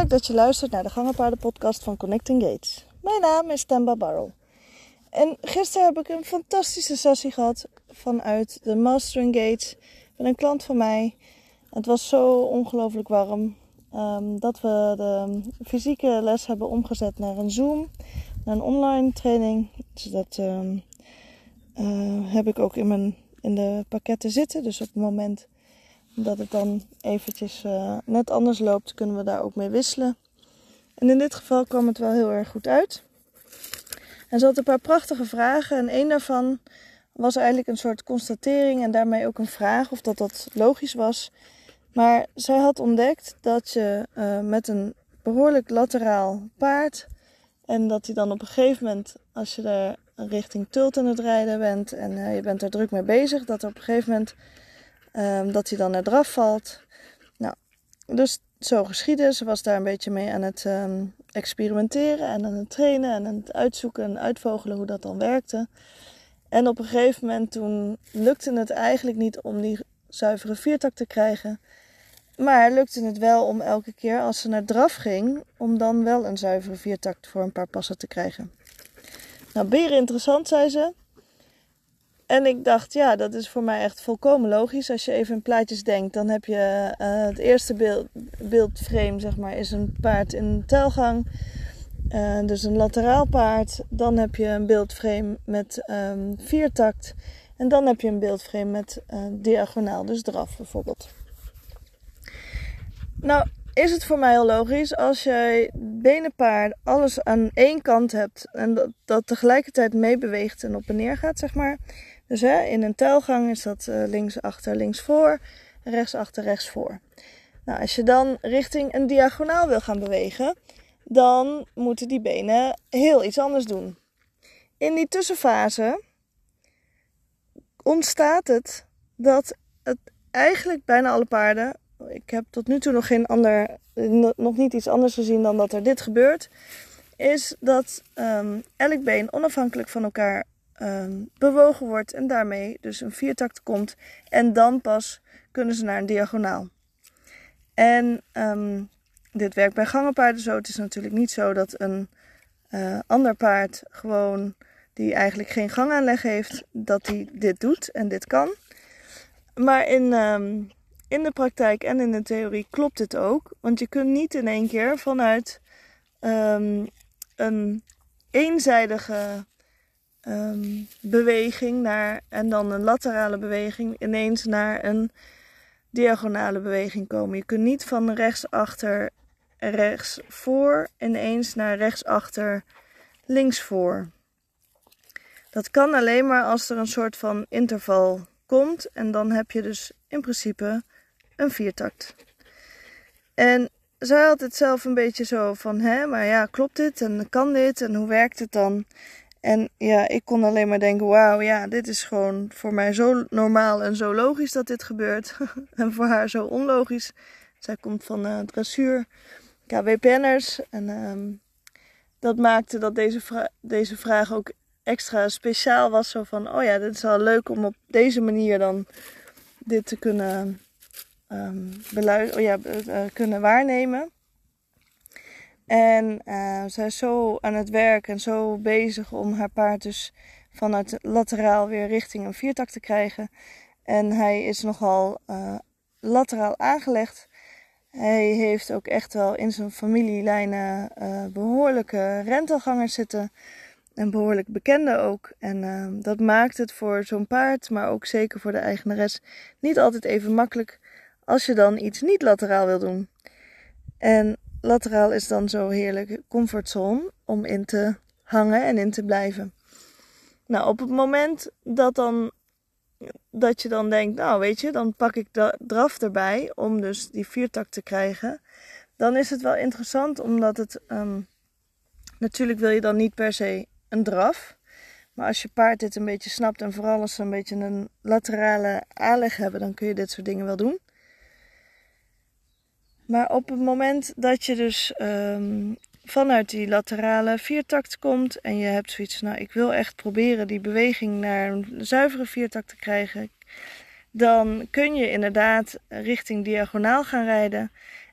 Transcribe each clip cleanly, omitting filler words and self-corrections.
dat je luistert naar de Gangenpaardenpodcast van Connecting Gates. Mijn naam is Temba Barrel. En gisteren heb ik een fantastische sessie gehad vanuit de Mastering Gates met een klant van mij. Het was zo ongelooflijk warm dat we de fysieke les hebben omgezet naar een Zoom, naar een online training. Dus dat heb ik ook in de pakketten zitten. Dus op het moment dat het dan eventjes net anders loopt, kunnen we daar ook mee wisselen. En in dit geval kwam het wel heel erg goed uit. En ze had een paar prachtige vragen en één daarvan was eigenlijk een soort constatering en daarmee ook een vraag of dat logisch was. Maar zij had ontdekt dat je met een behoorlijk lateraal paard en dat hij dan op een gegeven moment, als je er richting Tult aan het rijden bent en je bent er druk mee bezig, dat er op een gegeven moment dat hij dan naar draf valt. Nou, dus zo geschiedde. Ze was daar een beetje mee aan het experimenteren en aan het trainen en aan het uitzoeken en uitvogelen hoe dat dan werkte. En op een gegeven moment toen lukte het eigenlijk niet om die zuivere viertakt te krijgen. Maar lukte het wel om elke keer als ze naar draf ging, om dan wel een zuivere viertakt voor een paar passen te krijgen. Nou, beren interessant, zei ze. En ik dacht, ja, dat is voor mij echt volkomen logisch. Als je even in plaatjes denkt, dan heb je het eerste beeldframe, zeg maar, is een paard in telgang. Dus een lateraal paard. Dan heb je een beeldframe met viertakt. En dan heb je een beeldframe met diagonaal, dus draf bijvoorbeeld. Nou, is het voor mij heel logisch als jij benenpaard alles aan één kant hebt en dat tegelijkertijd meebeweegt en op en neer gaat, zeg maar. Dus in een telgang is dat links achter, links voor, rechts achter, rechts voor. Nou, als je dan richting een diagonaal wil gaan bewegen, dan moeten die benen heel iets anders doen. In die tussenfase ontstaat het dat het eigenlijk bijna alle paarden, ik heb tot nu toe nog niet iets anders gezien dan dat er dit gebeurt, is dat elk been onafhankelijk van elkaar bewogen wordt en daarmee dus een viertakt komt en dan pas kunnen ze naar een diagonaal. En dit werkt bij gangenpaarden zo. Het is natuurlijk niet zo dat een ander paard gewoon die eigenlijk geen gangaanleg heeft, dat hij dit doet en dit kan. Maar in de praktijk en in de theorie klopt dit ook. Want je kunt niet in één keer vanuit een eenzijdige beweging en dan een laterale beweging ineens naar een diagonale beweging komen. Je kunt niet van rechts achter rechts voor ineens naar rechts achter links voor. Dat kan alleen maar als er een soort van interval komt en dan heb je dus in principe een viertakt. En zij had het zelf een beetje zo van, maar ja, klopt dit en kan dit en hoe werkt het dan? En ja, ik kon alleen maar denken, wauw, ja, dit is gewoon voor mij zo normaal en zo logisch dat dit gebeurt. En voor haar zo onlogisch. Zij komt van dressuur, KWPN'ers. En dat maakte dat deze vraag ook extra speciaal was. Zo van, oh ja, dit is wel leuk om op deze manier dan dit te kunnen kunnen waarnemen. En zij is zo aan het werk en zo bezig om haar paard dus vanuit lateraal weer richting een viertakt te krijgen. En hij is nogal lateraal aangelegd. Hij heeft ook echt wel in zijn familielijnen behoorlijke rentelgangers zitten. En behoorlijk bekende ook. En dat maakt het voor zo'n paard, maar ook zeker voor de eigenares, niet altijd even makkelijk als je dan iets niet lateraal wil doen. En lateraal is dan zo heerlijk comfortzone om in te hangen en in te blijven. Nou, op het moment dat je dan denkt, nou weet je, dan pak ik de draf erbij om dus die viertakt te krijgen. Dan is het wel interessant, omdat het natuurlijk wil je dan niet per se een draf. Maar als je paard dit een beetje snapt en vooral als ze een beetje een laterale aanleg hebben, dan kun je dit soort dingen wel doen. Maar op het moment dat je dus vanuit die laterale viertakt komt en je hebt zoiets, nou ik wil echt proberen die beweging naar een zuivere viertakt te krijgen, dan kun je inderdaad richting diagonaal gaan rijden.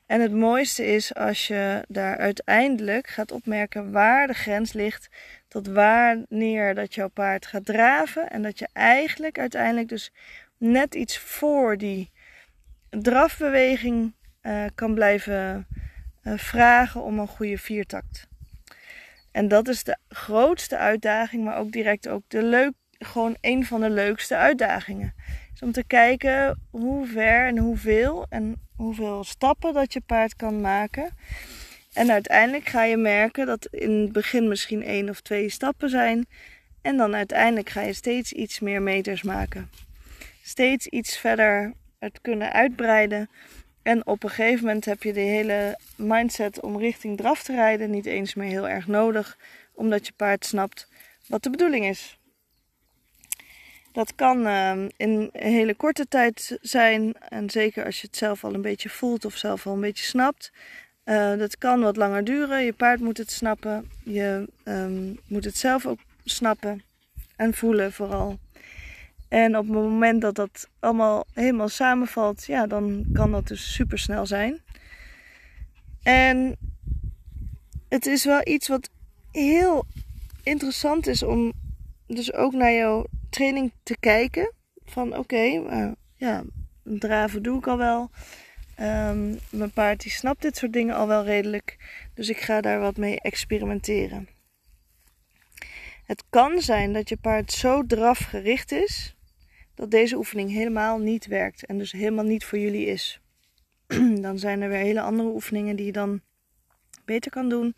En het mooiste is als je daar uiteindelijk gaat opmerken waar de grens ligt tot wanneer dat jouw paard gaat draven. En dat je eigenlijk uiteindelijk dus net iets voor die drafbeweging kan blijven vragen om een goede viertakt. En dat is de grootste uitdaging, maar ook direct ook gewoon een van de leukste uitdagingen. Dus om te kijken hoe ver en hoeveel stappen dat je paard kan maken. En uiteindelijk ga je merken dat in het begin misschien 1 of 2 stappen zijn. En dan uiteindelijk ga je steeds iets meer meters maken. Steeds iets verder het kunnen uitbreiden. En op een gegeven moment heb je de hele mindset om richting draf te rijden niet eens meer heel erg nodig. Omdat je paard snapt wat de bedoeling is. Dat kan in een hele korte tijd zijn. En zeker als je het zelf al een beetje voelt of zelf al een beetje snapt. Dat kan wat langer duren. Je paard moet het snappen. Je moet het zelf ook snappen. En voelen vooral. En op het moment dat dat allemaal helemaal samenvalt, ja, dan kan dat dus super snel zijn. En het is wel iets wat heel interessant is om dus ook naar jouw training te kijken. Van oké, ja, draven doe ik al wel. Mijn paard die snapt dit soort dingen al wel redelijk. Dus ik ga daar wat mee experimenteren. Het kan zijn dat je paard zo drafgericht is dat deze oefening helemaal niet werkt en dus helemaal niet voor jullie is. Dan zijn er weer hele andere oefeningen die je dan beter kan doen.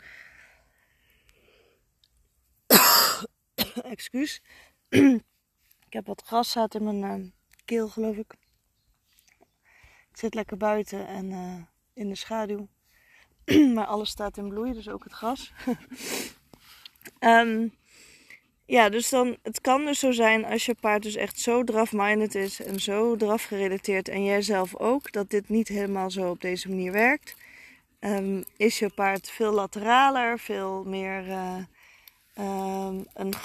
Excuus. Ik heb wat graszaad in mijn keel, geloof ik. Ik zit lekker buiten en in de schaduw. Maar alles staat in bloei, dus ook het gras. Ja, dus dan, het kan dus zo zijn als je paard dus echt zo draf-minded is en zo drafgerelateerd en jij zelf ook, dat dit niet helemaal zo op deze manier werkt. Is je paard veel lateraler, veel meer een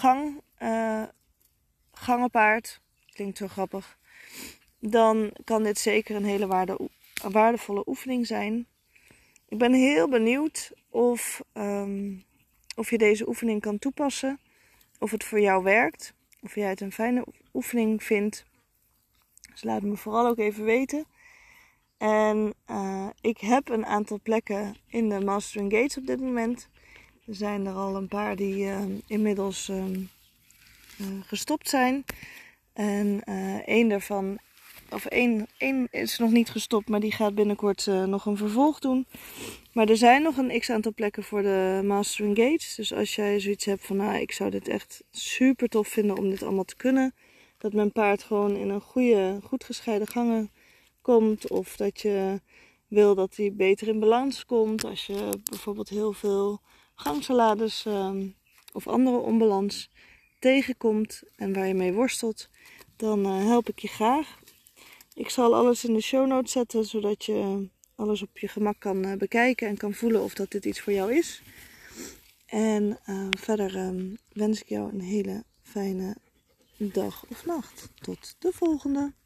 gangenpaard, klinkt zo grappig, dan kan dit zeker een hele waardevolle oefening zijn. Ik ben heel benieuwd of je deze oefening kan toepassen. Of het voor jou werkt. Of jij het een fijne oefening vindt. Dus laat me vooral ook even weten. En ik heb een aantal plekken in de Mastering Gates op dit moment. Er zijn er al een paar die inmiddels gestopt zijn. En één daarvan, of één is nog niet gestopt, maar die gaat binnenkort nog een vervolg doen. Maar er zijn nog een x-aantal plekken voor de Mastering Gates. Dus als jij zoiets hebt van, ik zou dit echt super tof vinden om dit allemaal te kunnen. Dat mijn paard gewoon in een goed gescheiden gangen komt. Of dat je wil dat hij beter in balans komt. Als je bijvoorbeeld heel veel gangsalades of andere onbalans tegenkomt en waar je mee worstelt, dan help ik je graag. Ik zal alles in de show notes zetten, zodat je alles op je gemak kan bekijken en kan voelen of dat dit iets voor jou is. En verder wens ik jou een hele fijne dag of nacht. Tot de volgende!